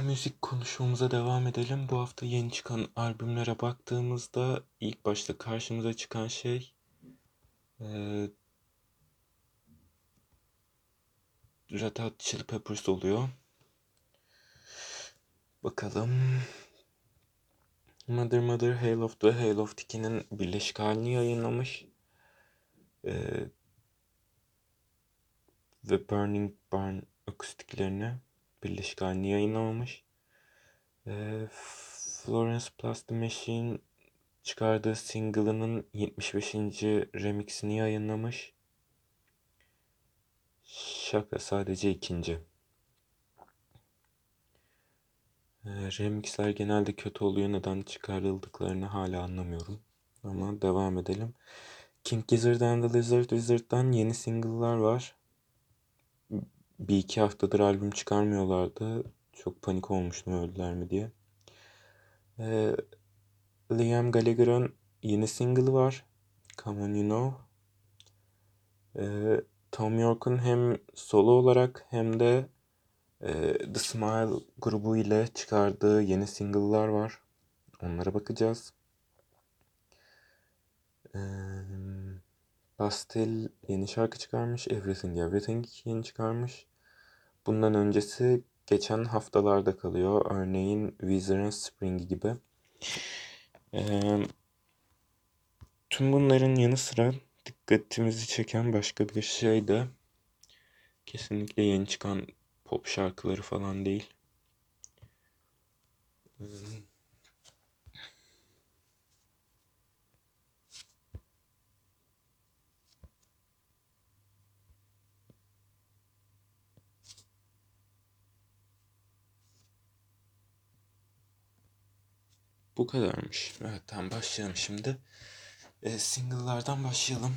Müzik konuşmamıza devam edelim. Bu hafta yeni çıkan albümlere baktığımızda ilk başta karşımıza çıkan şey eee Red Hot Chili Peppers oluyor. Bakalım. Mother Mother Hail of the Hail of Tiki'nin birleşik halini yayınlamış. Ve Burning Barn akustiklerini birleşik halini yayınlamamış. Florence Plus The Machine çıkardığı single'ının 75. remixini yayınlamış. Şaka, sadece ikinci. Remixler genelde kötü oluyor. Neden çıkarıldıklarını hala anlamıyorum. Ama devam edelim. King Gizzard and the Lizard Wizard'dan yeni single'lar var. Bir iki haftadır albüm çıkarmıyorlardı. Çok panik olmuştum öldüler mi diye. Liam Gallagher'ın yeni single'ı var. Come On You Know. Tom York'un hem solo olarak hem de The Smile grubu ile çıkardığı yeni single'lar var. Onlara bakacağız. Pastel yeni şarkı çıkarmış. Everything Everything yeni çıkarmış. Bundan öncesi geçen haftalarda kalıyor. Örneğin Weezer'ın Spring gibi. Tüm bunların yanı sıra dikkatimizi çeken başka bir şey de kesinlikle yeni çıkan pop şarkıları falan değil. Bu kadarmış. Evet, tamam, başlayalım şimdi. Single'lardan başlayalım.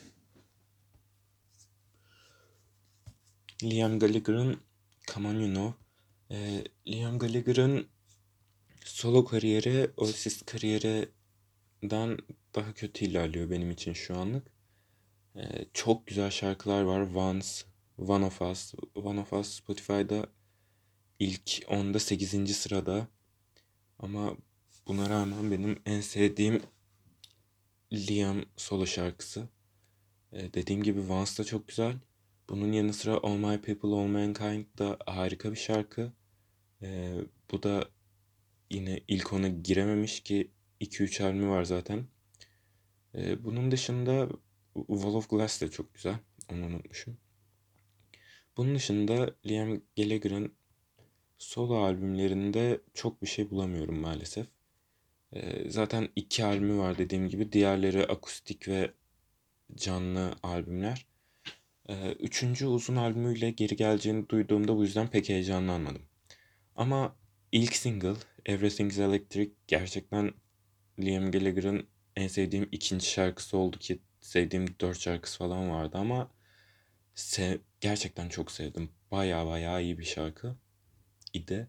Liam Gallagher'ın Come On You Know. Liam Gallagher'ın solo kariyeri Oasis kariyerinden daha kötü ilerliyor benim için şu anlık. Çok güzel şarkılar var. Once, One of Us. One of Us Spotify'da ilk 10'da 8. sırada. Ama buna rağmen benim en sevdiğim Liam solo şarkısı. Dediğim gibi Once da çok güzel. Bunun yanı sıra All My People, All Mankind da harika bir şarkı. Bu da yine ilk ona girememiş ki 2-3 albümü var zaten. Bunun dışında Wall of Glass da çok güzel. Onu unutmuşum. Bunun dışında Liam Gallagher'ın solo albümlerinde çok bir şey bulamıyorum maalesef. Zaten 2 albümü var dediğim gibi. Diğerleri akustik ve canlı albümler. Üçüncü uzun albümüyle geri geleceğini duyduğumda bu yüzden pek heyecanlanmadım. Ama ilk single Everything's Electric gerçekten Liam Gallagher'ın en sevdiğim ikinci şarkısı oldu ki sevdiğim 4 şarkısı falan vardı ama gerçekten çok sevdim. Baya baya iyi bir şarkı idi.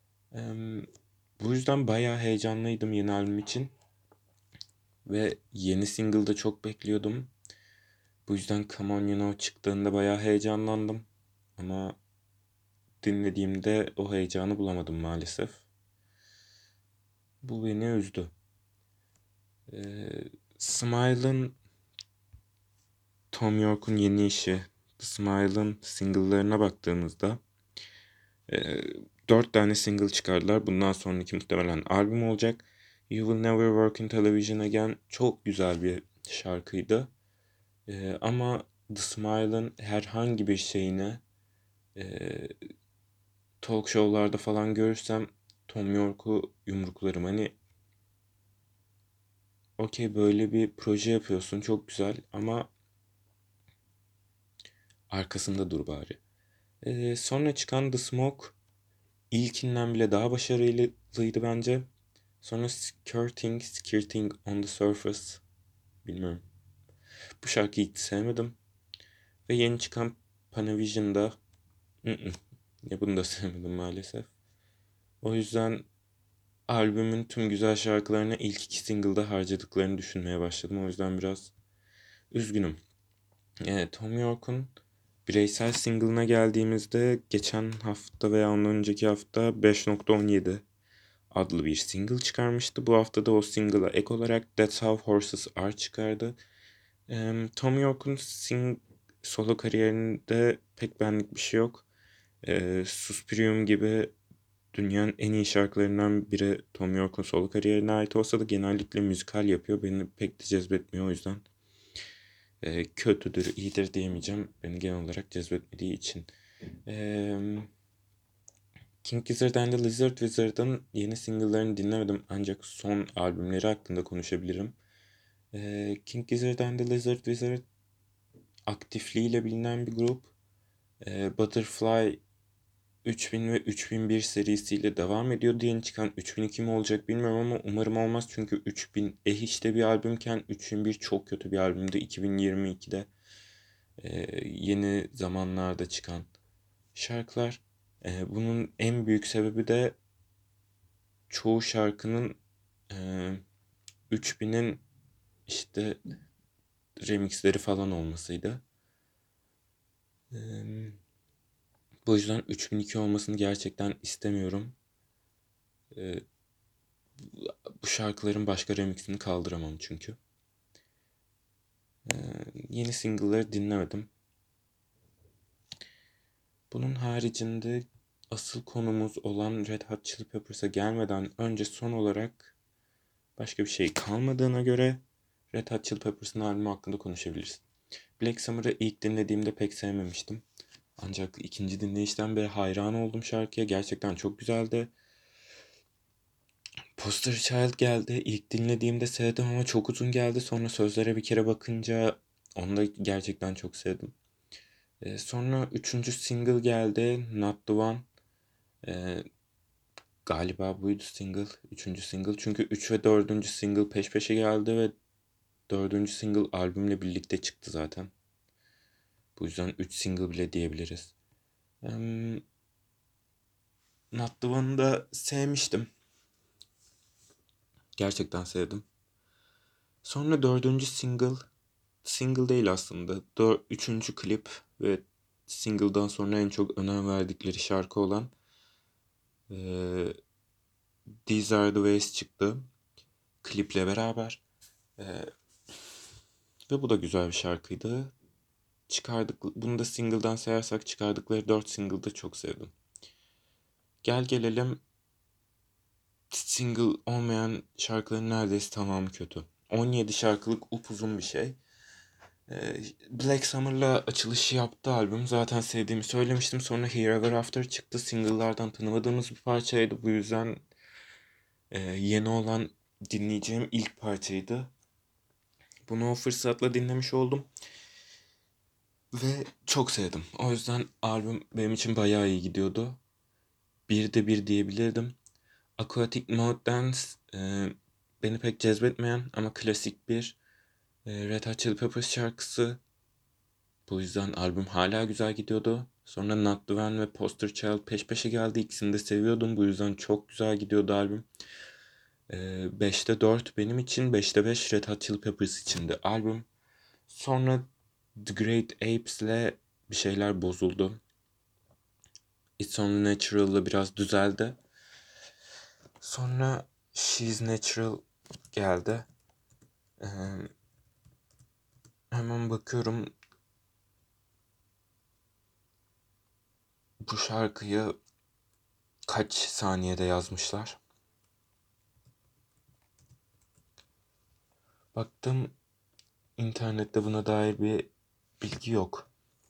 Bu yüzden baya heyecanlıydım yeni albüm için. Ve yeni single'da çok bekliyordum. Bu yüzden Come On You Know çıktığında bayağı heyecanlandım. Ama dinlediğimde o heyecanı bulamadım maalesef. Bu beni üzdü. Smile'ın Tom York'un yeni işi The Smile'ın single'larına baktığımızda 4 tane single çıkardılar. Bundan sonraki muhtemelen albüm olacak. You Will Never Work in Television Again çok güzel bir şarkıydı. Ama The Smile'ın herhangi bir şeyini talk show'larda falan görürsem Tom York'u yumruklarım. Hani okey, böyle bir proje yapıyorsun, çok güzel ama arkasında dur bari. Sonra çıkan The Smoke ilkinden bile daha başarılıydı bence. Sonra Skirting on the Surface. Bilmiyorum. Bu şarkıyı hiç sevmedim. Ve yeni çıkan Panavision'da ya bunu da sevmedim maalesef. O yüzden albümün tüm güzel şarkılarını ilk 2 single'da harcadıklarını düşünmeye başladım. O yüzden biraz üzgünüm. Tom York'un bireysel single'ına geldiğimizde geçen hafta veya ondan önceki hafta 5.17 adlı bir single çıkarmıştı. Bu hafta da o single'a ek olarak That's How Horses Are çıkardı. Tom York'un solo kariyerinde pek benlik bir şey yok. Suspirium gibi dünyanın en iyi şarkılarından biri Tom York'un solo kariyerine ait olsa da genellikle müzikal yapıyor. Beni pek de cezbetmiyor, o yüzden kötüdür, iyidir diyemeyeceğim. Beni genel olarak cezbetmediği için. King Gizzard and the Lizard Wizard'ın yeni single'larını dinlemedim, ancak son albümleri hakkında konuşabilirim. King Gizzard and the Lizard Wizard aktifliğiyle bilinen bir grup. Butterfly 3000 ve 3001 serisiyle devam ediyor. Yeni çıkan 3002 mi olacak bilmiyorum ama umarım olmaz, çünkü 3000 işte bir albümken 3001 çok kötü bir albümdü. 2022'de yeni zamanlarda çıkan şarkılar. Bunun en büyük sebebi de çoğu şarkının 3000'in işte remixleri falan olmasıydı. Bu yüzden 3002 olmasını gerçekten istemiyorum. Bu şarkıların başka remixini kaldıramam çünkü. Yeni single'ları dinlemedim. Bunun haricinde asıl konumuz olan Red Hot Chili Peppers'a gelmeden önce son olarak başka bir şey kalmadığına göre Red Hot Chili Peppers'ın albümü hakkında konuşabiliriz. Black Summer'ı ilk dinlediğimde pek sevmemiştim. Ancak ikinci dinleyişten beri hayran oldum şarkıya. Gerçekten çok güzeldi. Poster Child geldi. İlk dinlediğimde sevdim ama çok uzun geldi. Sonra sözlere bir kere bakınca onu da gerçekten çok sevdim. Sonra üçüncü single geldi. Not The One. Galiba buydu single. Üçüncü single. Çünkü 3 ve dördüncü single peş peşe geldi ve dördüncü single albümle birlikte çıktı zaten. Bu yüzden 3 single bile diyebiliriz. Not The One'ı da sevmiştim. Gerçekten sevdim. Sonra dördüncü single değil aslında. Üçüncü klip ve single'dan sonra en çok önem verdikleri şarkı olan These Are The Ways çıktı. Kliple beraber. Ve bu da güzel bir şarkıydı. Bunu da single'dan sayarsak çıkardıkları 4 single'da çok sevdim. Gelelim single olmayan şarkıların neredeyse tamamı kötü. 17 şarkılık upuzun bir şey. Black Summer'la açılışı yaptı albüm. Zaten sevdiğimi söylemiştim. Sonra Here Ever After çıktı. Single'lardan tanımadığımız bir parçaydı. Bu yüzden yeni olan dinleyeceğim ilk parçaydı. Bunu o fırsatla dinlemiş oldum. Ve çok sevdim. O yüzden albüm benim için bayağı iyi gidiyordu. Bir de bir diyebilirdim. Aquatic Mode Dance beni pek cezbetmeyen ama klasik bir Red Hot Chili Peppers şarkısı. Bu yüzden albüm hala güzel gidiyordu. Sonra Not The One ve Poster Child peş peşe geldi. İkisini de seviyordum. Bu yüzden çok güzel gidiyordu albüm. 5'te 4 benim için, 5'te 5 Red Hot Chili Peppers içindi albüm. Sonra The Great Apes'le bir şeyler bozuldu. It's Only Natural'la biraz düzeldi. Sonra She's Natural geldi. Hemen bakıyorum. Bu şarkıyı kaç saniyede yazmışlar? Baktım, internette buna dair bir bilgi yok.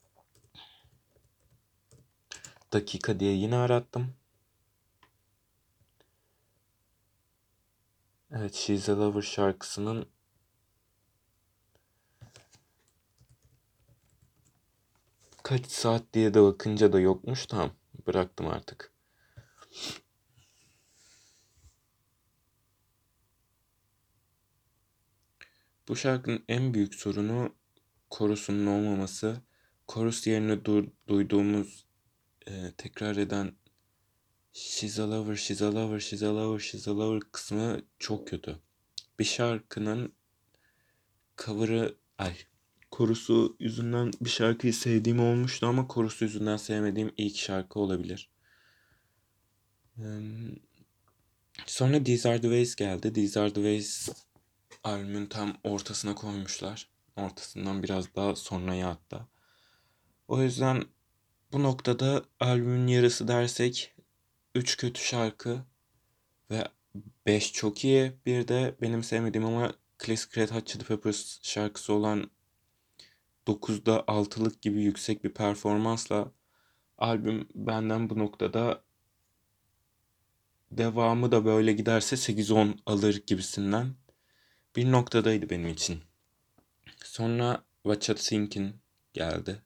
Dakika diye yine arattım. Evet, She's a Lover şarkısının kaç saat diye de bakınca da yokmuş. Tamam, bıraktım artık. Bu şarkının en büyük sorunu korusunun olmaması. Korus yerine duyduğumuz tekrar eden She's a Lover, She's a Lover, She's a Lover, She's a Lover kısmı çok kötü. Bir şarkının cover'ı Korusu yüzünden bir şarkıyı sevdiğim olmuştu ama korusu yüzünden sevmediğim ilk şarkı olabilir. Sonra These Are The Ways geldi. These Are The Ways albümün tam ortasına koymuşlar. Ortasından biraz daha sonraya hatta. O yüzden bu noktada albümün yarısı dersek 3 kötü şarkı ve 5 çok iyi. Bir de benim sevmediğim ama Classic Red Hot Chili Peppers şarkısı olan 9'da 6'lık gibi yüksek bir performansla albüm benden bu noktada devamı da böyle giderse 8-10 alır gibisinden bir noktadaydı benim için. Sonra Watch Out Thinking geldi.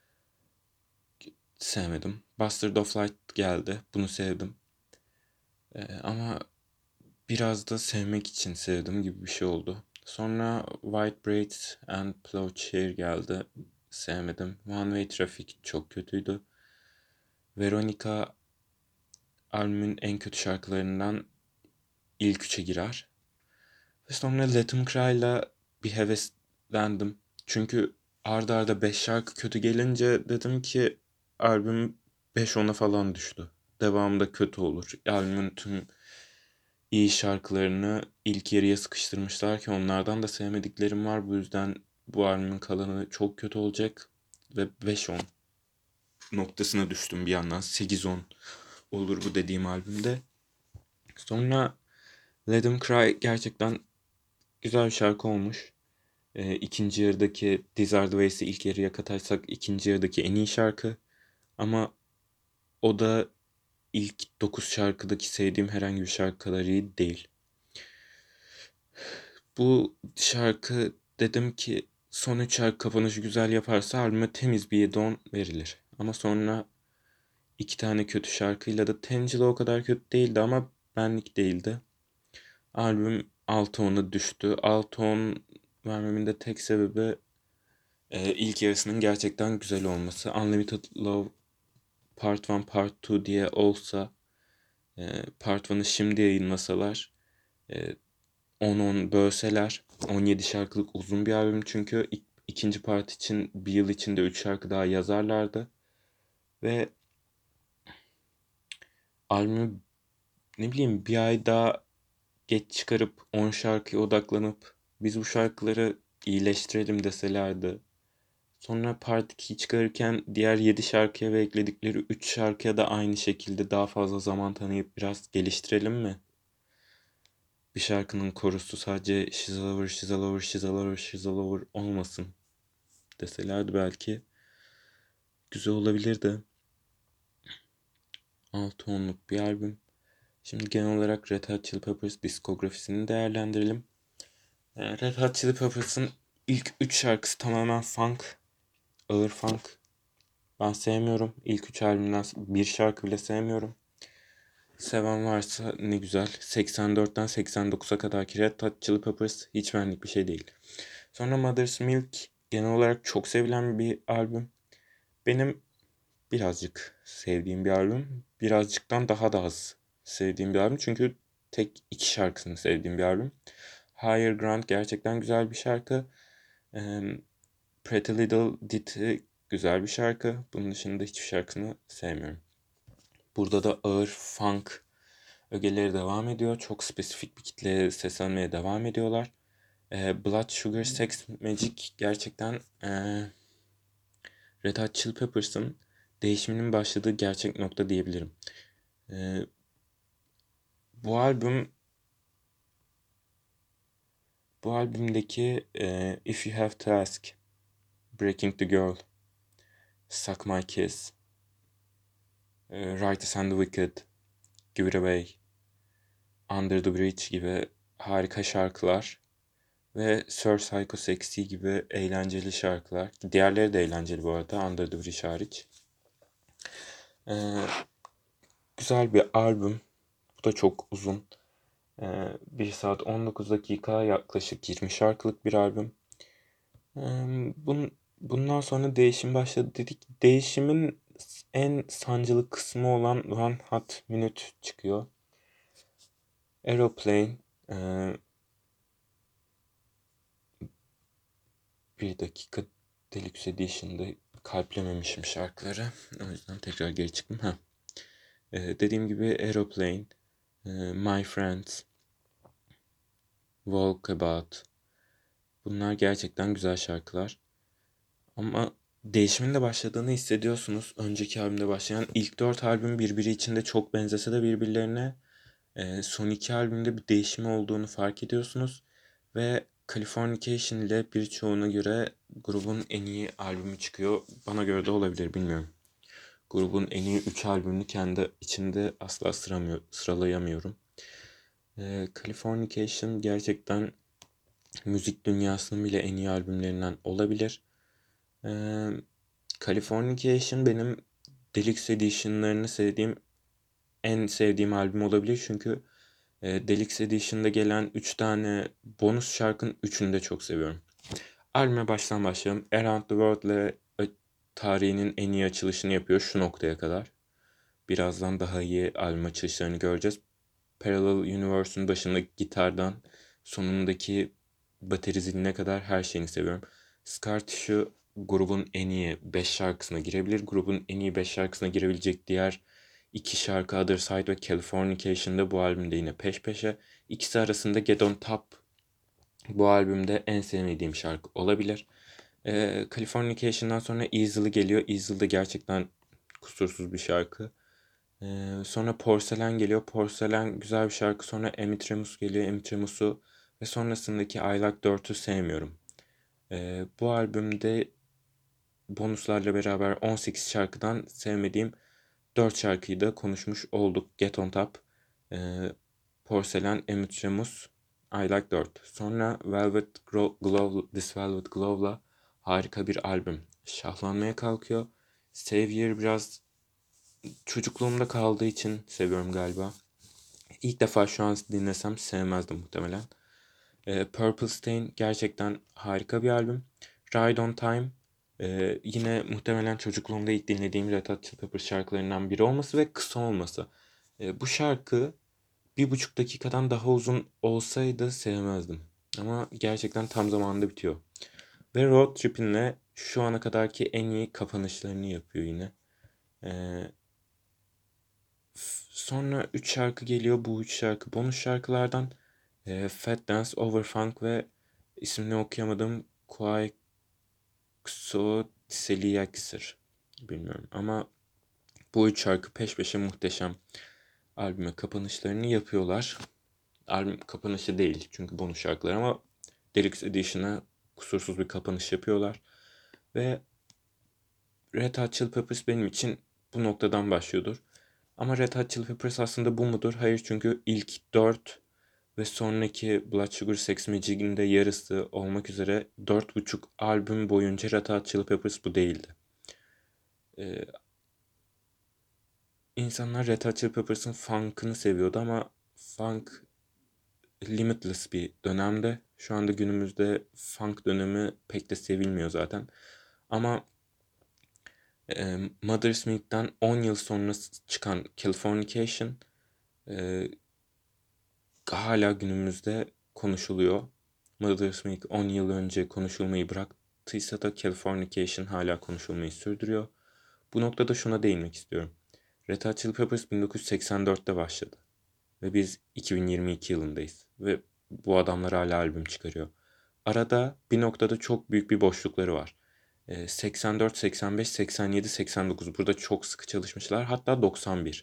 Sevmedim. Bastard of Light geldi. Bunu sevdim. Ama biraz da sevmek için sevdim gibi bir şey oldu. Sonra White Braids and Plowshare geldi. Sevmedim. One Way Traffic çok kötüydü. Veronica albümün en kötü şarkılarından ilk üçe girer. Ve sonra Let 'Em Cry'la bir heveslendim. Çünkü arda arda 5 şarkı kötü gelince dedim ki albüm 5-10'a falan düştü. Devamında kötü olur. Albümün tüm iyi şarkılarını ilk yarıya sıkıştırmışlar ki onlardan da sevmediklerim var. Bu yüzden bu albümün kalanı çok kötü olacak. Ve 5-10 noktasına düştüm bir yandan. 8-10 olur bu dediğim albümde. Sonra Let 'Em Cry gerçekten güzel bir şarkı olmuş. İkinci yarıdaki These Are The Ways'i ilk yarıya katarsak ikinci yarıdaki en iyi şarkı. Ama o da ilk 9 şarkıdaki sevdiğim herhangi bir şarkı kadar iyi değil. Bu şarkı dedim ki son 3 şarkı kapanışı güzel yaparsa albüme temiz bir 7-10 verilir. Ama sonra 2 tane kötü şarkıyla da Tangela o kadar kötü değildi ama benlik değildi. Albüm 6-10'a düştü. 6-10 vermemin de tek sebebi ilk yarısının gerçekten güzel olması. Unlimited Love Part 1, Part 2 diye olsa Part 1'ı şimdi yayınlasalar 10-10 bölseler 17 şarkılık uzun bir albüm çünkü ikinci part için bir yıl içinde 3 şarkı daha yazarlardı. Ve albümü ne bileyim bir ay daha geç çıkarıp 10 şarkıya odaklanıp biz bu şarkıları iyileştirelim deselerdi. Sonra Part 2'yi çıkarırken diğer 7 şarkıya ve ekledikleri 3 şarkıya da aynı şekilde daha fazla zaman tanıyıp biraz geliştirelim mi? Bir şarkının korusu sadece She's a lover, she's a lover, she's a lover, she's a lover olmasın deselerdi belki güzel olabilirdi. 6-10'luk bir albüm. Şimdi genel olarak Red Hot Chili Peppers diskografisini değerlendirelim. Red Hot Chili Peppers'ın ilk 3 şarkısı tamamen funk, ağır funk. Ben sevmiyorum. İlk 3 albümden bir şarkı bile sevmiyorum. Seven varsa ne güzel. 84'ten 89'a kadarki Red Hot Chili Peppers hiç benlik bir şey değil. Sonra Mother's Milk genel olarak çok sevilen bir albüm. Benim birazcık sevdiğim bir albüm. Birazcıktan daha da az sevdiğim bir albüm. Çünkü tek 2 şarkısını sevdiğim bir albüm. Higher Ground gerçekten güzel bir şarkı. Pretty Little Ditty güzel bir şarkı. Bunun dışında hiçbir şarkısını sevmiyorum. Burada da ağır funk ögeleri devam ediyor. Çok spesifik bir kitleye seslenmeye devam ediyorlar. Blood Sugar Sex Magic gerçekten Red Hot Chili Peppers'ın değişiminin başladığı gerçek nokta diyebilirim. Bu albümdeki If You Have To Ask, Breaking the Girl, Suck My Kiss, Righteous and the Wicked, Give It Away, Under the Bridge gibi harika şarkılar ve Sir Psycho Sexy gibi eğlenceli şarkılar. Diğerleri de eğlenceli bu arada, Under the Bridge hariç. Güzel bir albüm. Bu da çok uzun. 1 saat 19 dakika, yaklaşık 20 şarkılık bir albüm. Bundan sonra değişim başladı dedik. Değişimin en sancılı kısmı olan One Hot Minute çıkıyor. Aeroplane bir dakika Deluxe Edition'da kalplememişim şarkıları. O yüzden tekrar geri çıktım. Dediğim gibi Aeroplane, My Friends, Walkabout. Bunlar gerçekten güzel şarkılar. Ama değişimin de başladığını hissediyorsunuz. Önceki albümde başlayan ilk 4 albüm birbiri içinde çok benzese de birbirlerine son 2 albümde bir değişim olduğunu fark ediyorsunuz. Ve Californication ile birçoğuna göre grubun en iyi albümü çıkıyor. Bana göre de olabilir, bilmiyorum. Grubun en iyi 3 albümünü kendi içinde asla sıralayamıyorum. Californication gerçekten müzik dünyasının bile en iyi albümlerinden olabilir. Ee, Californication benim Deluxe Edition'larını en sevdiğim albüm olabilir. Çünkü Deluxe Edition'da gelen 3 tane bonus şarkının 3'ünü de çok seviyorum. Albüme baştan başlayalım. Around the World ile tarihinin en iyi açılışını yapıyor şu noktaya kadar. Birazdan daha iyi albüm açılışlarını göreceğiz. Parallel Universe'un başındaki gitardan sonundaki bateri ziline kadar her şeyini seviyorum. Scar Tissue grubun en iyi 5 şarkısına girebilir. Grubun en iyi 5 şarkısına girebilecek diğer 2 şarkı Other Side ve Californication'da bu albümde yine peş peşe. İkisi arasında Get On Top bu albümde en sevmediğim şarkı olabilir. Californication'dan sonra Easily geliyor. Easily de gerçekten kusursuz bir şarkı. Sonra Porselen geliyor. Porselen güzel bir şarkı. Sonra Emitremus geliyor. Emitremus'u ve sonrasındaki I Like Dirt'ü sevmiyorum. Bu albümde bonuslarla beraber 18 şarkıdan sevmediğim 4 şarkıyı da konuşmuş olduk. Get On Top, Porselen, Emitremus, I Like Dirt. Sonra This Velvet Glove'la harika bir albüm şahlanmaya kalkıyor. Savior biraz çocukluğumda kaldığı için seviyorum galiba. İlk defa şu an dinlesem sevmezdim muhtemelen. Purple Stain gerçekten harika bir albüm. Ride on Time yine muhtemelen çocukluğumda ilk dinlediğim Red Hot Chili Peppers şarkılarından biri olması ve kısa olması. Bu şarkı 1,5 dakikadan daha uzun olsaydı sevmezdim. Ama gerçekten tam zamanında bitiyor. Ve Road Trippin'le şu ana kadarki en iyi kapanışlarını yapıyor yine. Ee, Sonra 3 şarkı geliyor. Bu 3 şarkı bonus şarkılardan. Fat Dance, Overfunk ve ismini okuyamadığım Quaixotseliaxir. Bilmiyorum ama bu 3 şarkı peş peşe muhteşem. Albüme kapanışlarını yapıyorlar. Albüm kapanışı değil çünkü bonus şarkılar ama Deluxe Edition'a kusursuz bir kapanış yapıyorlar. Ve Red Hot Chili Peppers benim için bu noktadan başlıyordur. Ama Red Hot Chili Peppers aslında bu mudur? Hayır, çünkü ilk 4 ve sonraki Blood Sugar Sex Magic'in de yarısı olmak üzere 4,5 albüm boyunca Red Hot Chili Peppers bu değildi. Ee, insanlar Red Hot Chili Peppers'ın funk'ını seviyordu ama funk limitless bir dönemde. Şu anda günümüzde funk dönemi pek de sevilmiyor zaten. Ama Mother's Milk'ten 10 yıl sonra çıkan Californication hala günümüzde konuşuluyor. Mother's Milk 10 yıl önce konuşulmayı bıraktıysa da Californication hala konuşulmayı sürdürüyor. Bu noktada şuna değinmek istiyorum. Red Hot Chili Peppers 1984'te başladı. Ve biz 2022 yılındayız. Ve bu adamlar hala albüm çıkarıyor. Arada bir noktada çok büyük bir boşlukları var. 84, 85, 87, 89 burada çok sıkı çalışmışlar. Hatta 91.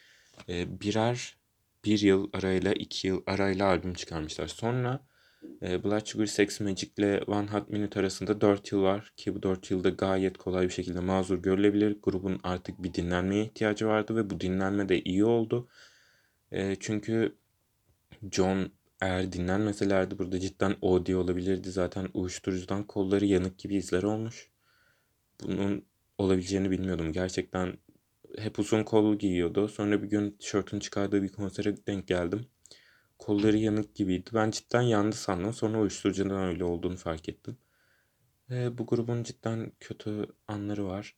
Bir yıl arayla 2 yıl arayla albüm çıkarmışlar. Sonra Blood Sugar Sex Magic ile One Hot Minute arasında 4 yıl var ki bu 4 yılda gayet kolay bir şekilde mazur görülebilir. Grubun artık bir dinlenmeye ihtiyacı vardı ve bu dinlenme de iyi oldu. Çünkü John eğer dinlenmeselerdi burada cidden OD olabilirdi. Zaten uyuşturucudan kolları yanık gibi izler olmuş. Bunun olabileceğini bilmiyordum. Gerçekten hep uzun kollu giyiyordu. Sonra bir gün tişörtünü çıkardığı bir konsere denk geldim. Kolları yanık gibiydi. Ben cidden yandı sandım. Sonra uyuşturucudan öyle olduğunu fark ettim. Bu grubun cidden kötü anları var.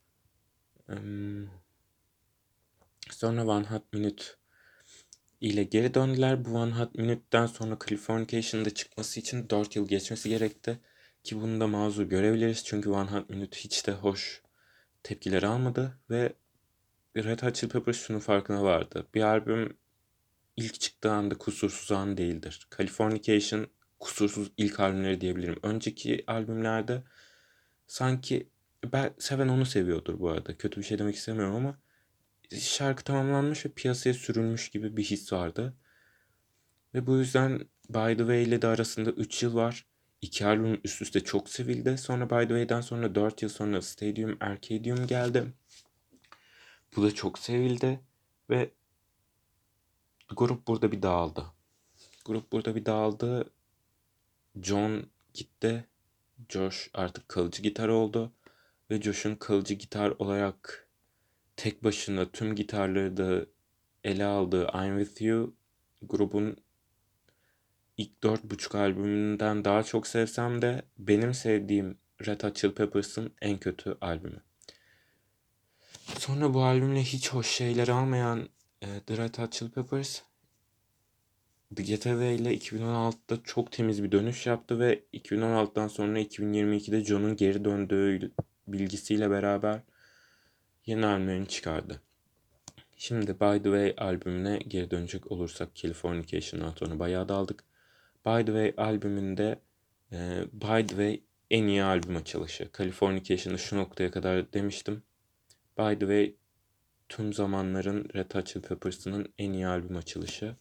Sonra One Hot Minute ile geri döndüler. Bu One Hot Minute'den sonra Californication'da çıkması için 4 yıl geçmesi gerekti. Ki bunu da mazur görebiliriz çünkü One Hot Minute hiç de hoş tepkiler almadı ve Red Hot Chili Peppers şunun farkına vardı. Bir albüm ilk çıktığı anda kusursuz an değildir. Californication kusursuz ilk albümleri diyebilirim. Önceki albümlerde sanki ben seven onu seviyordur bu arada. Kötü bir şey demek istemiyorum ama şarkı tamamlanmış ve piyasaya sürülmüş gibi bir his vardı. Ve bu yüzden By The Way ile de arasında 3 yıl var. İki albüm üst üste çok sevildi. Sonra By The Way'den sonra 4 yıl sonra Stadium Arcadium geldi. Bu da çok sevildi ve grup burada bir dağıldı. Grup burada bir dağıldı. John gitti. Josh artık kalıcı gitar oldu. Ve Josh'un kalıcı gitar olarak tek başına tüm gitarları da ele aldığı I'm With You grubun ilk 4,5 albümünden daha çok sevsem de benim sevdiğim Red Hot Chili Peppers'ın en kötü albümü. Sonra bu albümle hiç hoş şeyler almayan The Red Hot Chili Peppers The Getaway ile 2016'da çok temiz bir dönüş yaptı ve 2016'dan sonra 2022'de John'un geri döndüğü bilgisiyle beraber yeni albümlerini çıkardı. Şimdi By The Way albümüne geri dönecek olursak Californication'dan sonra bayağı daldık. By The Way albümünde By The Way en iyi albüm açılışı. Californication'da şu noktaya kadar demiştim. By The Way tüm zamanların Red Hot Chili Peppers'ının en iyi albüm açılışı.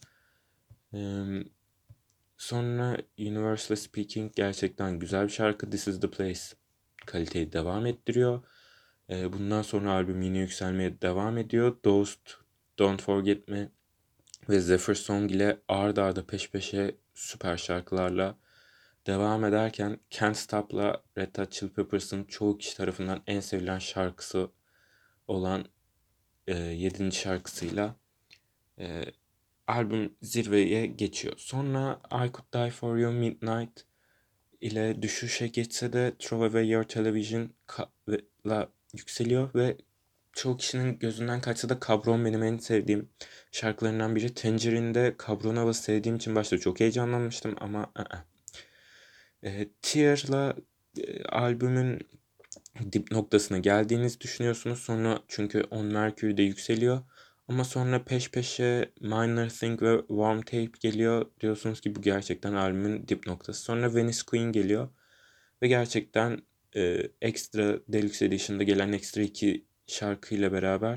Sonra Universally Speaking gerçekten güzel bir şarkı. This Is The Place kaliteyi devam ettiriyor. Bundan sonra albüm yine yükselmeye devam ediyor. Ghost, Don't Forget Me ve Zephyr Song ile ard arda peş peşe süper şarkılarla devam ederken Can't Stop'la Red Hot Chili Peppers'ın çoğu kişi tarafından en sevilen şarkısı olan 7. şarkısıyla albüm zirveye geçiyor. Sonra I Could Die For You Midnight ile düşüşe geçse de Throw Away Your Television ile yükseliyor ve çoğu kişinin gözünden kaçsa da Cabron benim en sevdiğim şarkılarından biri. Tangerine'de Cabron havası sevdiğim için başta çok heyecanlanmıştım ama Tear'la albümün dip noktasına geldiğinizi düşünüyorsunuz. Sonra çünkü On Mercury'de yükseliyor. Ama sonra peş peşe Minor Thing ve Warm Tape geliyor. Diyorsunuz ki bu gerçekten albümün dip noktası. Sonra Venice Queen geliyor. Ve gerçekten Extra Deluxe Edition'da gelen ekstra 2 şarkıyla beraber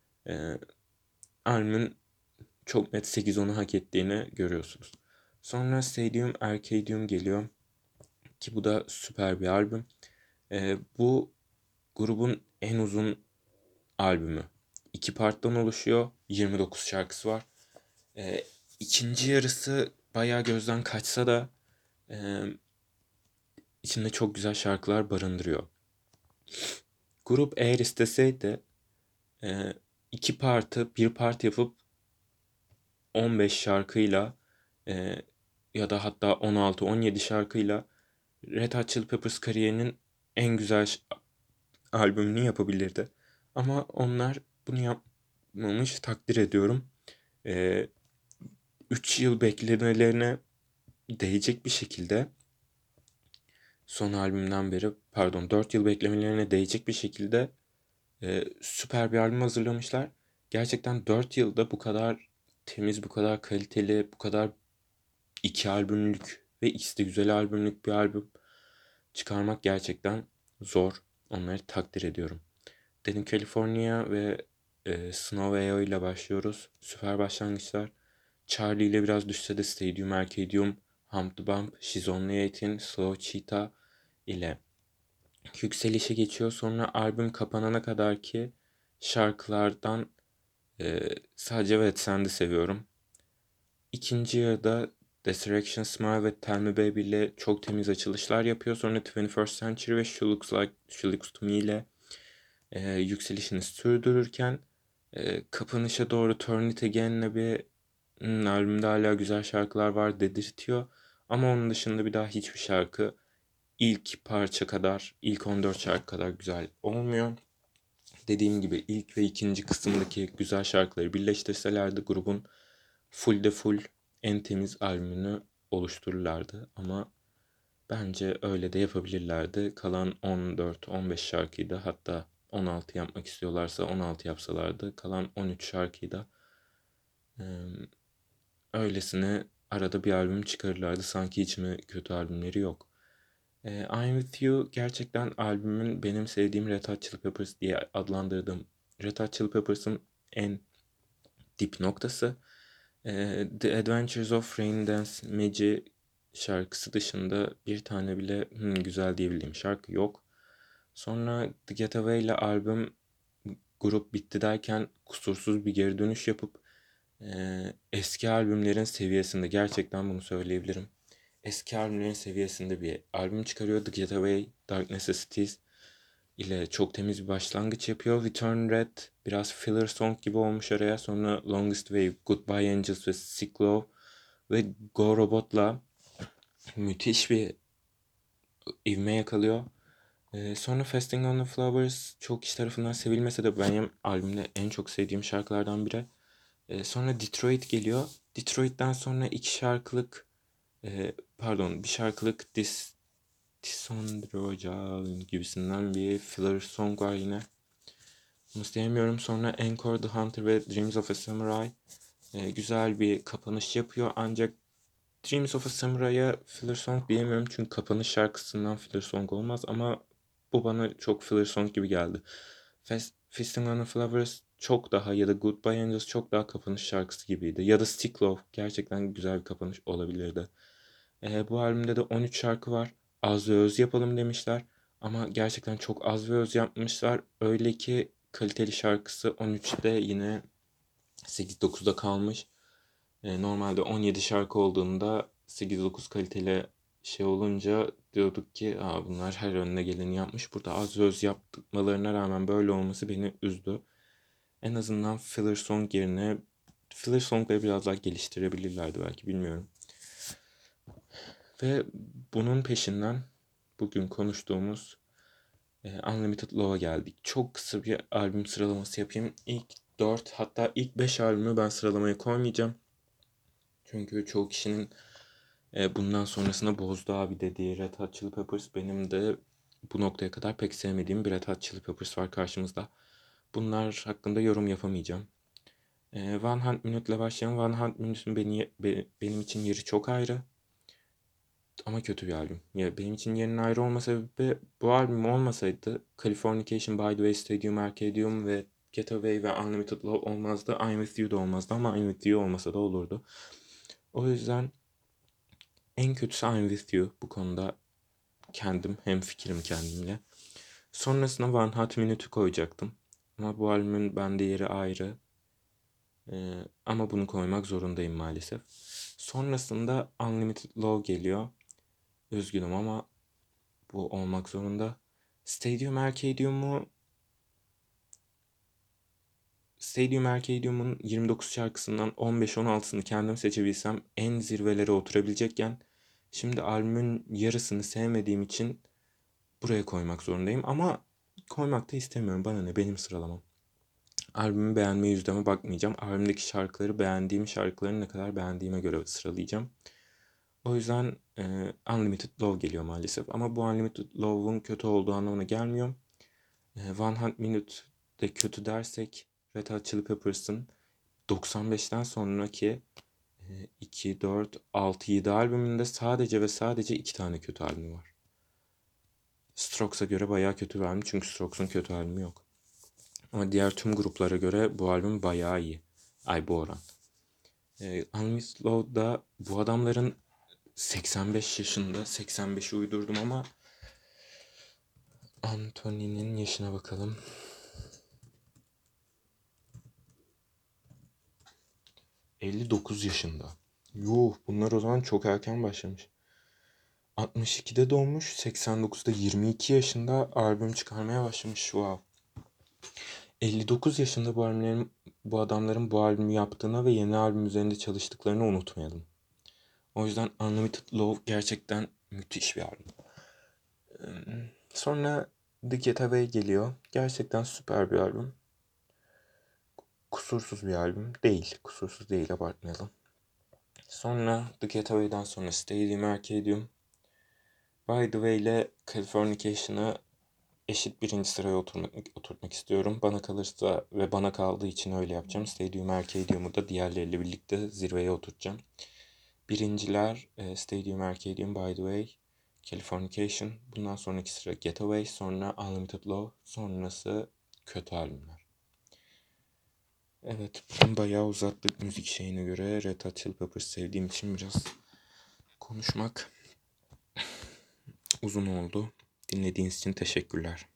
albümün çok net 8-10'u hak ettiğini görüyorsunuz. Sonra Stadium Arcadium geliyor. Ki bu da süper bir albüm. Bu grubun en uzun albümü. 2 parttan oluşuyor. 29 şarkısı var. İkinci yarısı bayağı gözden kaçsa da içinde çok güzel şarkılar barındırıyor. Grup eğer isteseydi 2 partı bir part yapıp 15 şarkıyla ya da hatta 16-17 şarkıyla Red Hot Chili Peppers kariyerinin en güzel albümünü yapabilirdi. Ama onlar bunu yapmamış, takdir ediyorum. 3 yıl beklemelerine değecek bir şekilde son albümden beri 4 yıl beklemelerine değecek bir şekilde süper bir albüm hazırlamışlar. Gerçekten 4 yılda bu kadar temiz, bu kadar kaliteli, bu kadar 2 albümlük ve ikisi de güzel albümlük bir albüm çıkarmak gerçekten zor. Onları takdir ediyorum. Dedim California ve Snow A.O. ile başlıyoruz. Süper başlangıçlar. Charlie ile biraz düşse de Stadium Arcadium, Hump the Bump, She's Only 18, Slow Cheetah ile yükselişe geçiyor. Sonra albüm kapanana kadar ki şarkılardan sadece Wet Sand'i seviyorum. İkinci yarıda Resurrection Smile ve Tell Me Baby ile çok temiz açılışlar yapıyor. Sonra 21st Century ve She Looks To Me ile yükselişini sürdürürken kapanışa doğru Turn It Again'le bir albümde hala güzel şarkılar var dedirtiyor. Ama onun dışında bir daha hiçbir şarkı ilk parça kadar, ilk 14 şarkı kadar güzel olmuyor. Dediğim gibi ilk ve ikinci kısımdaki güzel şarkıları birleştirselerdi grubun full en temiz albümünü oluştururlardı. Ama Bence öyle de yapabilirlerdi. Kalan 14-15 şarkıyı da, hatta 16 yapmak istiyorlarsa 16 yapsalardı. Kalan 13 şarkıyı da eee, öylesine arada bir albüm çıkarırlardı. Sanki hiç mi kötü albümleri yok. I'm With You gerçekten albümün benim sevdiğim Red Hot Chili Peppers diye adlandırdığım Red Hot Chili Peppers'ın en dip noktası. The Adventures of Rain Dance Magic şarkısı dışında bir tane bile güzel diyebildiğim şarkı yok. Sonra The Getaway ile albüm grup bitti derken kusursuz bir geri dönüş yapıp eski albümlerin seviyesinde, gerçekten bunu söyleyebilirim. Eski albümlerin seviyesinde bir albüm çıkarıyor. The Getaway, Dark Necessities ile çok temiz bir başlangıç yapıyor. Return Red biraz filler song gibi olmuş araya. Sonra Longest Wave, Goodbye Angels ve Sick Love ve Go Robot'la müthiş bir ivme yakalıyor. Sonra Feasting on the Flowers çok kişi tarafından sevilmese de benim albümde en çok sevdiğim şarkılardan biri. Sonra Detroit geliyor. Detroit'ten sonra iki şarkılık bir şarkılık Tisandroja gibisinden bir filler song var yine. Bunu sevmiyorum. Sonra Encore, The Hunter ve Dreams of a Samurai güzel bir kapanış yapıyor. Ancak Dreams of a Samurai'ya filler song diyemiyorum çünkü kapanış şarkısından filler song olmaz, ama bu bana çok filler song gibi geldi. Feasting on the Flowers çok daha, ya da Goodbye Angels çok daha kapanış şarkısı gibiydi. Ya da Stick Love gerçekten güzel bir kapanış olabilirdi. Bu albümde de 13 şarkı var. Az ve öz yapalım demişler. Ama gerçekten çok az ve öz yapmışlar. Öyle ki kaliteli şarkısı 13'te yine 8-9'da kalmış. Normalde 17 şarkı olduğunda 8-9 kaliteli şey olunca diyorduk ki bunlar her önüne geleni yapmış. Burada az ve öz yapmalarına rağmen böyle olması beni üzdü. En azından filler song yerine filler songları biraz daha geliştirebilirlerdi belki, bilmiyorum. Ve bunun peşinden bugün konuştuğumuz Unlimited Love'a geldik. Çok kısa bir albüm sıralaması yapayım. İlk 4, hatta ilk 5 albümü ben sıralamaya koymayacağım. Çünkü çoğu kişinin bundan sonrasında bozdu abi dediği Red Hot Chili Peppers, benim de bu noktaya kadar pek sevmediğim bir Red Hot Chili Peppers var karşımızda. Bunlar hakkında yorum yapamayacağım. One Hundred Minute'le başlayalım. One Hundred Minute'un benim için yeri çok ayrı. Ama kötü bir albüm. Ya benim için yerinin ayrı olma sebebi, bu albüm olmasaydı Californication, By the Way, Stadium Arcadium ve Getaway ve Unlimited Love olmazdı. I'm With You da olmazdı, ama I'm With You olmasa da olurdu. O yüzden en kötüsü I'm With You. Bu konuda hemfikirim kendimle. Sonrasında One Hot Minute'u koyacaktım. Ama bu albümün bende yeri ayrı. Ama bunu koymak zorundayım maalesef. Sonrasında Unlimited Love geliyor. Üzgünüm ama bu olmak zorunda. Stadium Arcadium'un 29 şarkısından 15-16'sını kendim seçebilsem en zirvelere oturabilecekken, şimdi albümün yarısını sevmediğim için buraya koymak zorundayım. Ama koymak da istemiyorum. Bana ne, benim sıralamam. Albümü beğenme yüzdeme bakmayacağım. Albümdeki şarkıları beğendiğim şarkıların ne kadar beğendiğime göre sıralayacağım. O yüzden Unlimited Love geliyor maalesef. Ama bu Unlimited Love'un kötü olduğu anlamına gelmiyor. 100 Minute'de kötü dersek, Red Hot Chili Peppers'ın 95'ten sonraki 2, 4, 6, 7 albümünde sadece ve sadece 2 tane kötü albümü var. Strokes'a göre bayağı kötü bir albüm, çünkü Strokes'un kötü albümü yok. Ama diğer tüm gruplara göre bu albüm bayağı iyi. Bu oran. Unlimited Love'da bu adamların 85 yaşında, 85'i uydurdum ama Anthony'nin yaşına bakalım. 59 yaşında. Yuh, bunlar o zaman çok erken başlamış. 62'de doğmuş, 89'da 22 yaşında albüm çıkarmaya başlamış. Wow. 59 yaşında bu adamların bu albümü yaptığına ve yeni albüm üzerinde çalıştıklarını unutmayalım. O yüzden Unlimited Love gerçekten müthiş bir albüm. Sonra The Getaway geliyor. Gerçekten süper bir albüm. Kusursuz bir albüm değil. Kusursuz değil, abartmayalım. Sonra The Getaway'den sonra Stadium Arcadium. By the Way ile Californication'ı eşit birinci sıraya oturtmak istiyorum. Bana kalırsa ve bana kaldığı için öyle yapacağım. Stadium Arcadium'u da diğerleriyle birlikte zirveye oturtacağım. Birinciler Stadium Arcadium, By the Way, Californication. Bundan sonraki sıra Getaway, sonra Unlimited Love, sonrası Kötü Albümler. Evet, bugün bayağı uzattık müzik şeyine göre. Red Hot Chili Peppers sevdiğim için biraz konuşmak uzun oldu. Dinlediğiniz için teşekkürler.